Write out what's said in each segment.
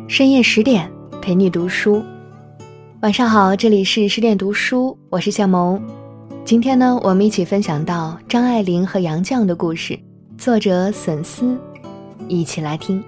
深夜10点陪你读书。晚上好，这里是10点读书，我是向萌。今天呢，我们一起分享到张爱玲和杨绛的故事，作者笋丝，一起来听。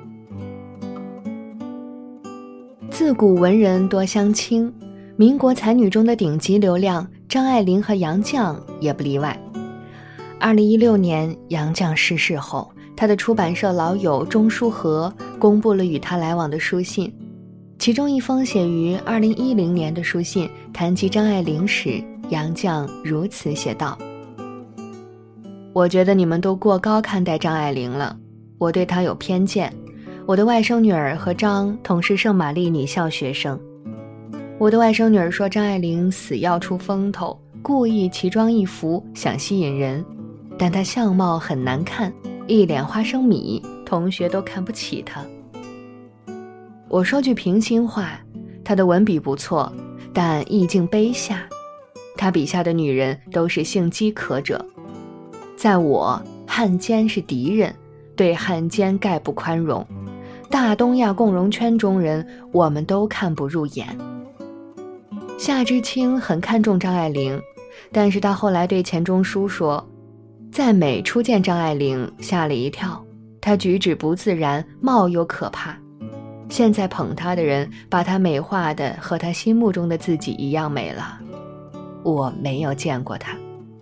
自古文人多相亲，民国才女中的顶级流量，张爱玲和杨绛也不例外。2016年杨绛逝世后，他的出版社老友钟书和公布了与他来往的书信，其中一封写于2010年的书信谈及张爱玲时，杨绛如此写道：我觉得你们都过高看待张爱玲了，我对她有偏见。我的外甥女儿和张同是圣玛丽女校学生，我的外甥女儿说张爱玲死要出风头，故意奇装异服想吸引人，但她相貌很难看，一脸花生米，同学都看不起她。我说句平心话，她的文笔不错，但意境卑下，她笔下的女人都是性饥渴者。在我，汉奸是敌人，对汉奸概不宽容。大东亚共荣圈中人，我们都看不入眼。夏之清很看重张爱玲，但是他后来对钱钟书说，在美初见张爱玲吓了一跳，她举止不自然，貌又可怕。现在捧她的人把她美化的和她心目中的自己一样美了，我没有见过她。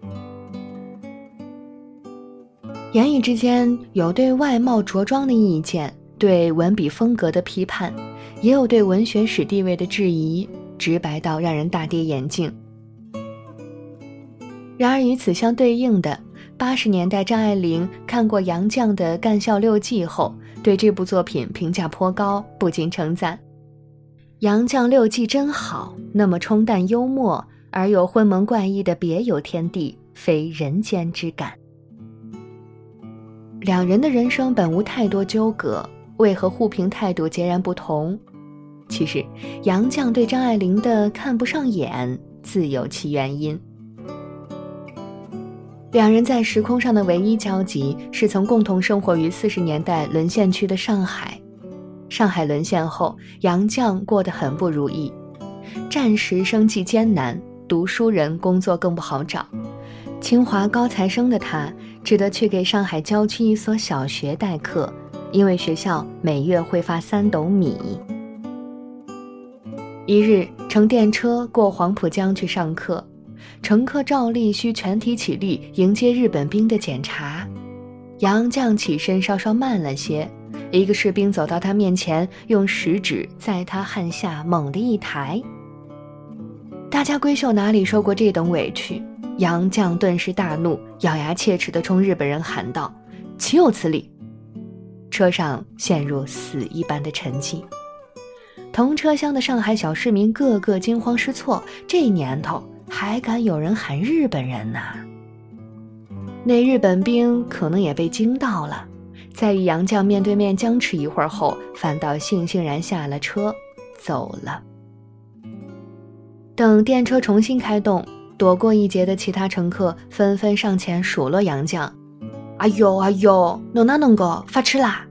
言语之间有对外貌着装的意见，对文笔风格的批判，也有对文学史地位的质疑，直白到让人大跌眼镜。然而与此相对应的，80年代张爱玲看过杨绛的《干校六记》后，对这部作品评价颇高，不禁称赞：杨绛六记真好，那么冲淡幽默而又昏蒙怪异的别有天地，非人间之感。两人的人生本无太多纠葛，为何互评态度截然不同？其实杨绛对张爱玲的看不上眼自有其原因。两人在时空上的唯一交集是曾共同生活于40年代沦陷区的上海。上海沦陷后，杨绛过得很不如意，战时生计艰难，读书人工作更不好找。清华高材生的他只得去给上海郊区一所小学代课，因为学校每月会发3斗米。一日乘电车过黄浦江去上课，乘客照例需全体起立迎接日本兵的检查。杨绛起身稍稍慢了些，一个士兵走到他面前，用食指在他汗下猛地一抬。大家闺秀哪里受过这等委屈？杨绛顿时大怒，咬牙切齿地冲日本人喊道：岂有此理！车上陷入死一般的沉寂。同车厢的上海小市民个个惊慌失措，这年头还敢有人喊日本人呢？那日本兵可能也被惊到了，在与杨绛面对面僵持一会儿后，反倒悻悻然下了车走了。等电车重新开动，躲过一劫的其他乘客纷纷上前数落杨绛：哎呦哎呦，能够发吃啦！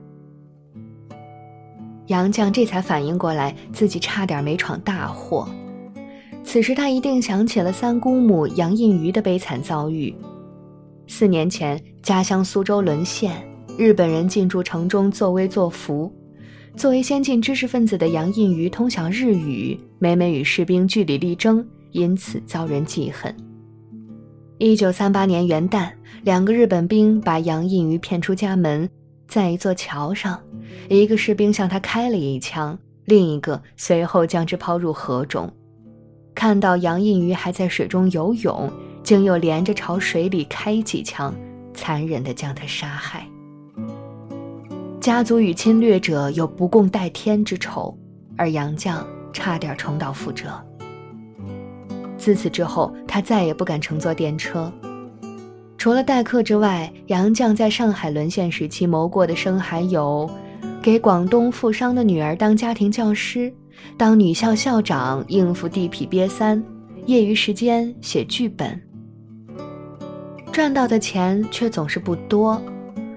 杨绛这才反应过来，自己差点没闯大祸。此时他一定想起了三姑母杨印瑜的悲惨遭遇。4年前，家乡苏州沦陷，日本人进驻城中作威作福。作为先进知识分子的杨印瑜通晓日语，每每与士兵据理力争，因此遭人记恨。1938年元旦，2个日本兵把杨印瑜骗出家门，在一座桥上，一个士兵向他开了一枪，另一个随后将之抛入河中。看到杨印瑜还在水中游泳，竟又连着朝水里开几枪，残忍地将他杀害。家族与侵略者有不共戴天之仇，而杨绛差点重蹈覆辙。自此之后，他再也不敢乘坐电车。除了代课之外，杨绛在上海沦陷时期谋过的生还有给广东富商的女儿当家庭教师，当女校校长应付地痞瘪三，业余时间写剧本。赚到的钱却总是不多，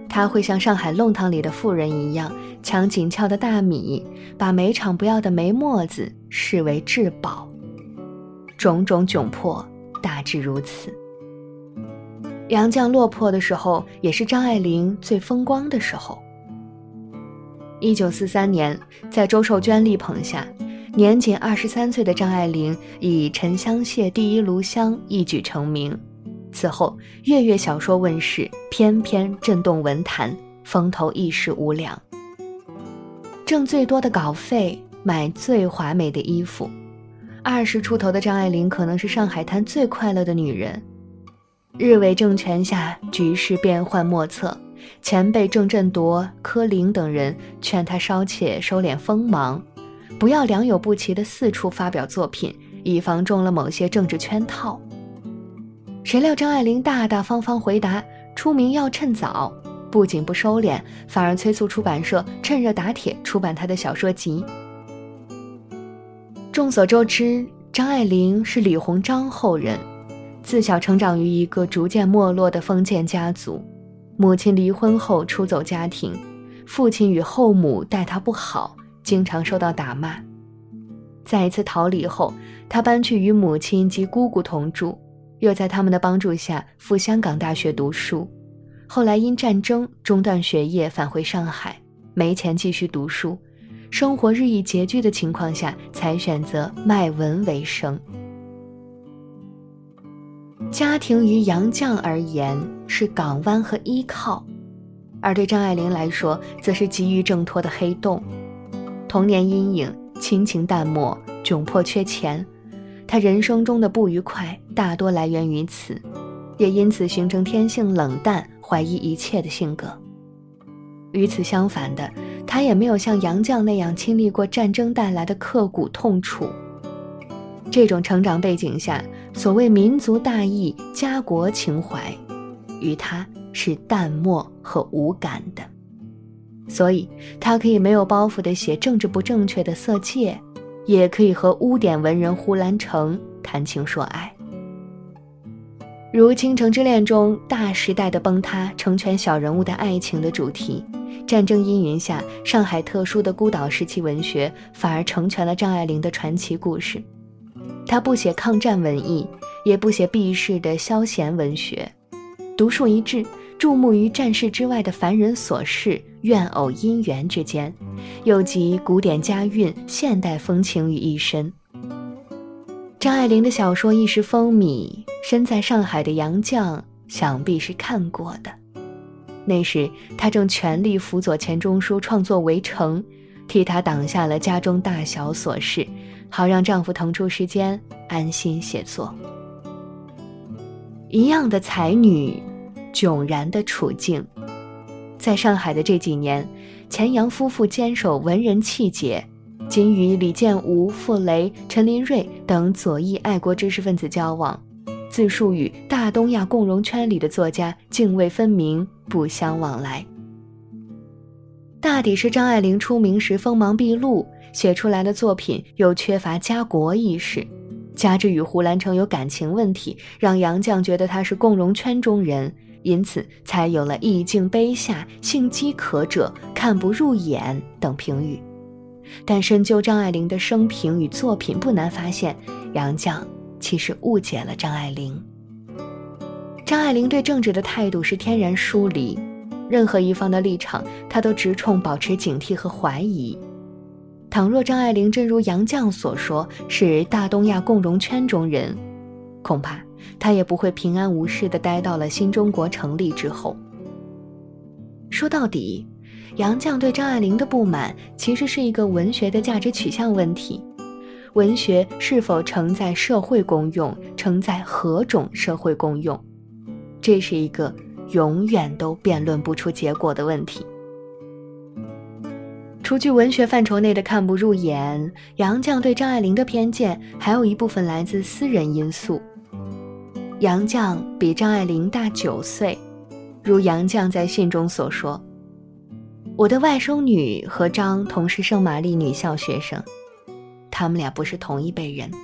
他会像上海弄堂里的妇人一样，抢紧俏的大米，把煤厂不要的煤沫子视为至宝。种种窘迫大致如此。杨绛落魄的时候，也是张爱玲最风光的时候。1943年，在周寿娟力捧下，年仅23岁的张爱玲以《沉香屑第一炉香》一举成名。此后，月月小说问世，篇篇震动文坛，风头一时无两。挣最多的稿费，买最华美的衣服。20出头的张爱玲可能是上海滩最快乐的女人。日伪政权下，局势变幻莫测，前辈郑振铎、柯林等人劝她稍且收敛锋芒，不要良莠不齐的四处发表作品，以防中了某些政治圈套。谁料张爱玲大大方方回答，出名要趁早，不仅不收敛，反而催促出版社趁热打铁出版她的小说集。众所周知，张爱玲是李鸿章后人，自小成长于一个逐渐没落的封建家族，母亲离婚后出走家庭，父亲与后母待她不好，经常受到打骂。在一次逃离后，她搬去与母亲及姑姑同住，又在他们的帮助下赴香港大学读书，后来因战争中断学业，返回上海，没钱继续读书，生活日益拮据的情况下，才选择卖文为生。家庭于杨绛而言是港湾和依靠，而对张爱玲来说则是急于挣脱的黑洞。童年阴影，亲情淡漠，窘迫缺钱，她人生中的不愉快大多来源于此，也因此形成天性冷淡、怀疑一切的性格。与此相反的，她也没有像杨绛那样经历过战争带来的刻骨痛楚。这种成长背景下，所谓民族大义、家国情怀，与她是淡漠和无感的。所以她可以没有包袱地写政治不正确的色戒，也可以和污点文人胡兰成谈情说爱。如《倾城之恋》中大时代的崩塌成全小人物的爱情的主题，战争阴云下上海特殊的孤岛时期文学反而成全了张爱玲的传奇故事。她不写抗战文艺，也不写避世的消闲文学，独树一帜，注目于战事之外的凡人琐事、怨偶姻缘之间，又集古典佳韵、现代风情于一身。张爱玲的小说一时风靡，身在上海的杨绛想必是看过的。那时她正全力辅佐钱钟书创作《围城》，替他挡下了家中大小琐事，好让丈夫腾出时间安心写作。一样的才女，迥然的处境。在上海的这几年，钱杨夫妇坚守文人气节，仅与李建吾、傅雷、陈林瑞等左翼爱国知识分子交往，自述与大东亚共荣圈里的作家泾渭分明，不相往来。大抵是张爱玲出名时锋芒毕露，写出来的作品又缺乏家国意识，加之与胡兰成有感情问题，让杨绛觉得他是共荣圈中人，因此才有了意境卑下、性饥渴者、看不入眼等评语。但深究张爱玲的生平与作品，不难发现杨绛其实误解了张爱玲。张爱玲对政治的态度是天然疏离，任何一方的立场她都直冲保持警惕和怀疑。倘若张爱玲真如杨绛所说是大东亚共荣圈中人，恐怕她也不会平安无事地待到了新中国成立之后。说到底，杨绛对张爱玲的不满其实是一个文学的价值取向问题。文学是否承载社会功用，承载何种社会功用，这是一个永远都辩论不出结果的问题。除去文学范畴内的看不入眼，杨绛对张爱玲的偏见还有一部分来自私人因素。杨绛比张爱玲大9岁，如杨绛在信中所说，我的外甥女和张同是圣玛丽女校学生，他们俩不是同一辈人。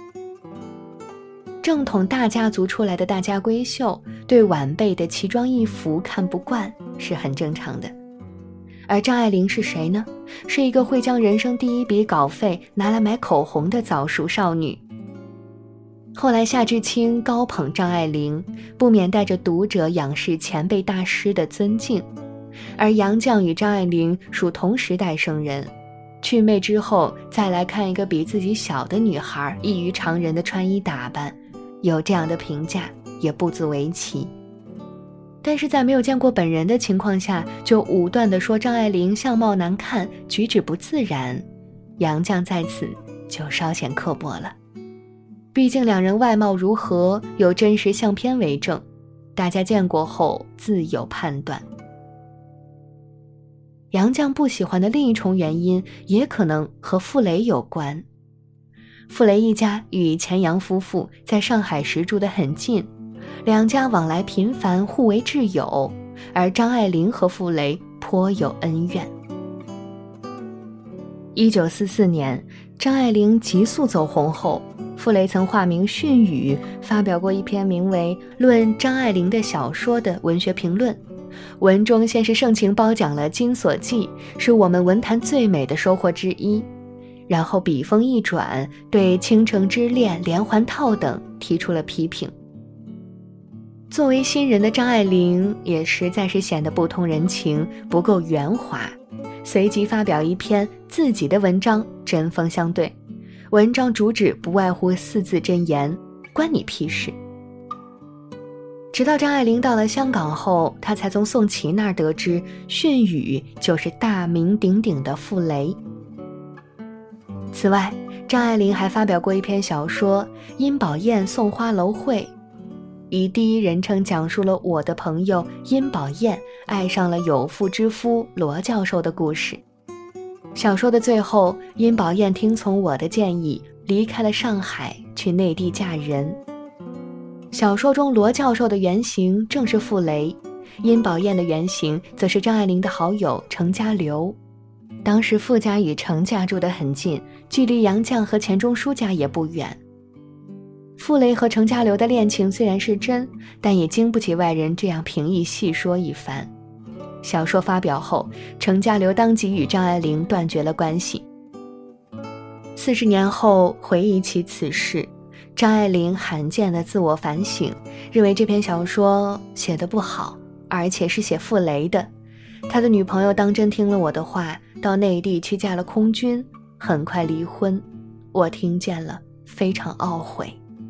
正统大家族出来的大家闺秀，对晚辈的奇装异服看不惯， 是很正常的。而张爱玲是谁呢？是一个会将人生第一笔稿费拿来买口红的早熟少女。后来夏志清高捧张爱玲，不免带着读者仰视前辈大师的尊敬。而杨绛与张爱玲属同时代生人，祛魅之后再来看一个比自己小的女孩异于常人的穿衣打扮，有这样的评价也不足为奇。但是在没有见过本人的情况下，就武断地说张爱玲相貌难看，举止不自然，杨绛在此就稍显刻薄了。毕竟两人外貌如何，有真实相片为证，大家见过后自有判断。杨绛不喜欢的另一重原因也可能和傅雷有关。傅雷一家与钱杨夫妇在上海时住得很近，两家往来频繁，互为挚友，而张爱玲和傅雷颇有恩怨。1944年，张爱玲急速走红后，傅雷曾化名训宇发表过一篇名为《论张爱玲的小说》的文学评论，文中先是盛情褒奖了《金锁记》，是我们文坛最美的收获之一，然后笔锋一转，对《倾城之恋》《连环套》等提出了批评。作为新人的张爱玲也实在是显得不通人情，不够圆滑，随即发表一篇自己的文章针锋相对，文章主旨不外乎4字真言：关你屁事。直到张爱玲到了香港后，她才从宋琦那儿得知训宇就是大名鼎鼎的傅雷。此外，张爱玲还发表过一篇小说《殷宝燕送花楼会》，以第一人称讲述了我的朋友殷宝燕爱上了有妇之夫罗教授的故事。小说的最后，殷宝燕听从我的建议，离开了上海，去内地嫁人。小说中罗教授的原型正是傅雷，殷宝燕的原型则是张爱玲的好友程家流。当时傅家与程家住得很近，距离杨绛和钱钟书家也不远。傅雷和程家流的恋情虽然是真，但也经不起外人这样平易细说一番。小说发表后，程家流当即与张爱玲断绝了关系。40年后回忆起此事，张爱玲罕见的自我反省，认为这篇小说写得不好，而且是写傅雷的。他的女朋友当真听了我的话，到内地去嫁了空军，很快离婚，我听见了，非常懊悔。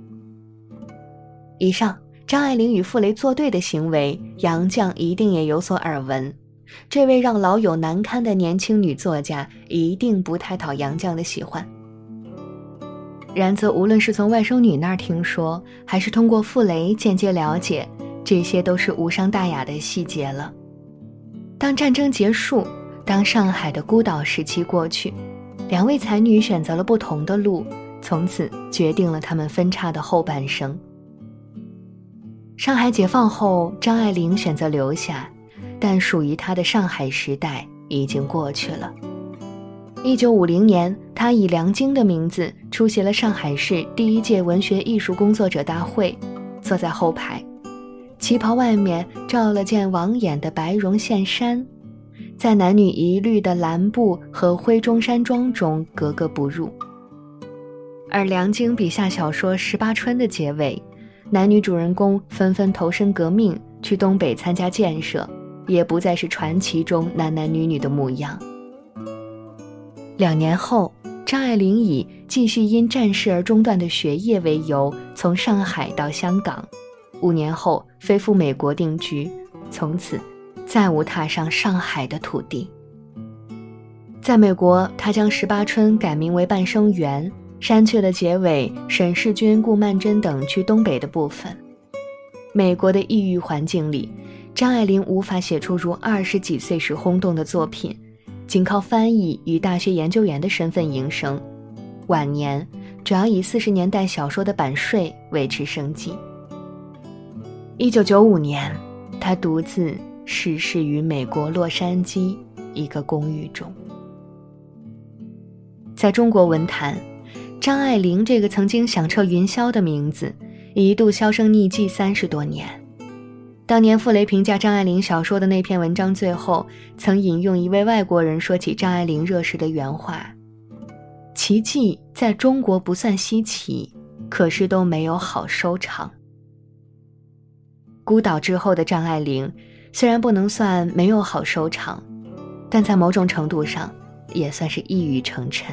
以上张爱玲与傅雷作对的行为，杨绛一定也有所耳闻。这位让老友难堪的年轻女作家一定不太讨杨绛的喜欢。然则无论是从外甥女那儿听说，还是通过傅雷间接了解，这些都是无伤大雅的细节了。当战争结束，当上海的孤岛时期过去，两位才女选择了不同的路，从此决定了她们分叉的后半生。上海解放后，张爱玲选择留下，但属于她的上海时代已经过去了。1950年，她以梁京的名字出席了上海市第1届文学艺术工作者大会，坐在后排，旗袍外面罩了件网眼的白绒线衫，在男女一律的蓝布和灰中山装中格格不入。而梁京笔下小说《18春》的结尾，男女主人公纷纷投身革命，去东北参加建设，也不再是传奇中男男女女的模样。2年后，张爱玲以继续因战事而中断的学业为由，从上海到香港。5年后飞赴美国定居，从此再无踏上上海的土地。在美国，她将《18春》改名为《半生缘》，删去了结尾沈世钧、顾曼桢等去东北的部分。美国的异域环境里，张爱玲无法写出如20几岁时轰动的作品，仅靠翻译与大学研究员的身份营生，晚年主要以40年代小说的版税维持生计。1995年，她独自逝世于美国洛杉矶一个公寓中。在中国文坛，张爱玲这个曾经响彻云霄的名字，一度销声匿迹30多年。 当年傅雷评价张爱玲小说的那篇文章最后曾引用一位外国人说起张爱玲热时的原话：奇迹在中国不算稀奇，可是都没有好收场。孤岛之后的张爱玲虽然不能算没有好收场，但在某种程度上也算是一语成谶。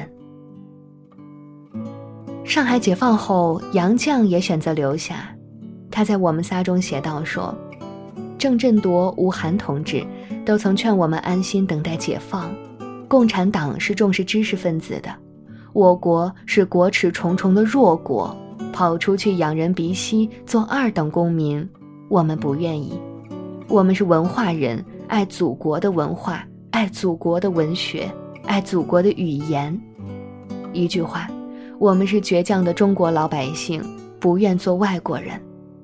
上海解放后，杨绛也选择留下。他在《我们仨》中写道说，郑振铎、吴晗同志都曾劝我们安心等待解放，共产党是重视知识分子的，我国是国耻重重的弱国，跑出去仰人鼻息做二等公民，我们不愿意。我们是文化人，爱祖国的文化，爱祖国的文学，爱祖国的语言。一句话，我们是倔强的中国老百姓，不愿做外国人。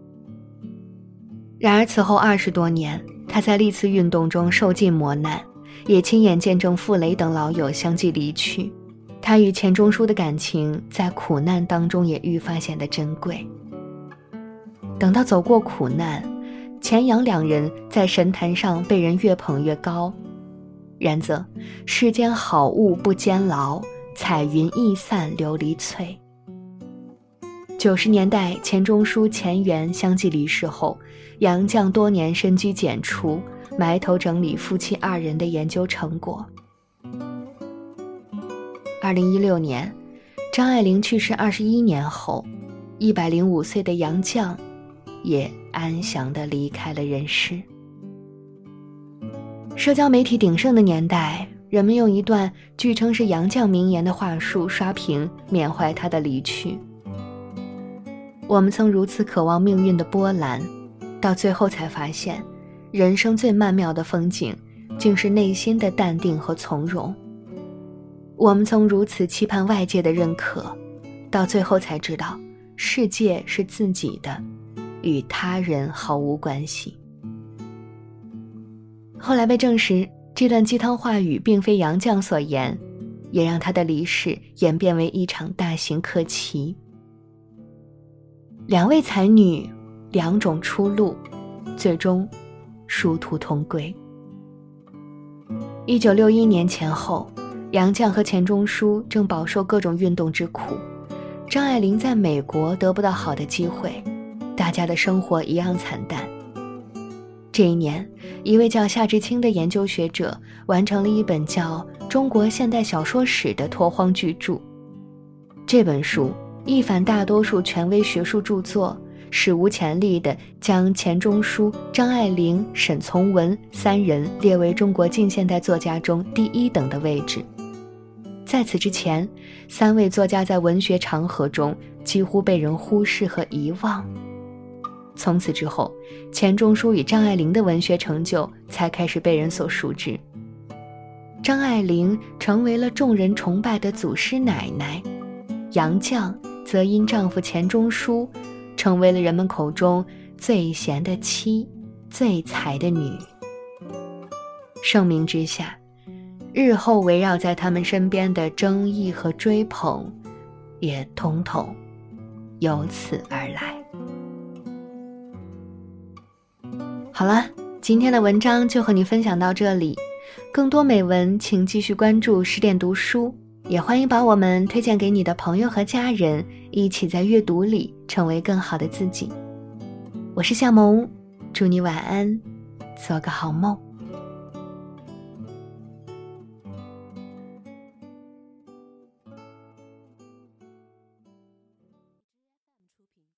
然而此后20多年，他在历次运动中受尽磨难，也亲眼见证傅雷等老友相继离去。他与钱钟书的感情在苦难当中也愈发显得珍贵。等到走过苦难，钱杨两人在神坛上被人越捧越高。然则世间好物不坚牢，彩云易散琉璃脆。90年代钱钟书、钱媛相继离世后，杨绛多年深居简出，埋头整理夫妻二人的研究成果。2016年，张爱玲去世21年后，105岁的杨绛也安详地离开了人世。社交媒体鼎盛的年代，人们用一段据称是杨绛名言的话术刷屏，缅怀他的离去。我们曾如此渴望命运的波澜，到最后才发现，人生最曼妙的风景，竟是内心的淡定和从容。我们曾如此期盼外界的认可，到最后才知道，世界是自己的，与他人毫无关系。后来被证实，这段鸡汤话语并非杨绛所言，也让他的离世演变为一场大型客棋。两位才女，两种出路，最终殊途同归。1961年前后，杨绛和钱钟书正饱受各种运动之苦，张爱玲在美国得不到好的机会，大家的生活一样惨淡。这一年，一位叫夏志清的研究学者完成了一本叫《中国现代小说史》的拓荒巨著。这本书一反大多数权威学术著作，史无前例地将钱钟书、张爱玲、沈从文三人列为中国近现代作家中第一等的位置。在此之前，三位作家在文学长河中几乎被人忽视和遗忘。从此之后，钱钟书与张爱玲的文学成就才开始被人所熟知。张爱玲成为了众人崇拜的祖师奶奶，杨绛则因丈夫钱钟书成为了人们口中最贤的妻，最才的女。盛名之下，日后围绕在他们身边的争议和追捧也统统由此而来。好了，今天的文章就和你分享到这里，更多美文请继续关注10点读书，也欢迎把我们推荐给你的朋友和家人，一起在阅读里成为更好的自己。我是夏萌，祝你晚安，做个好梦。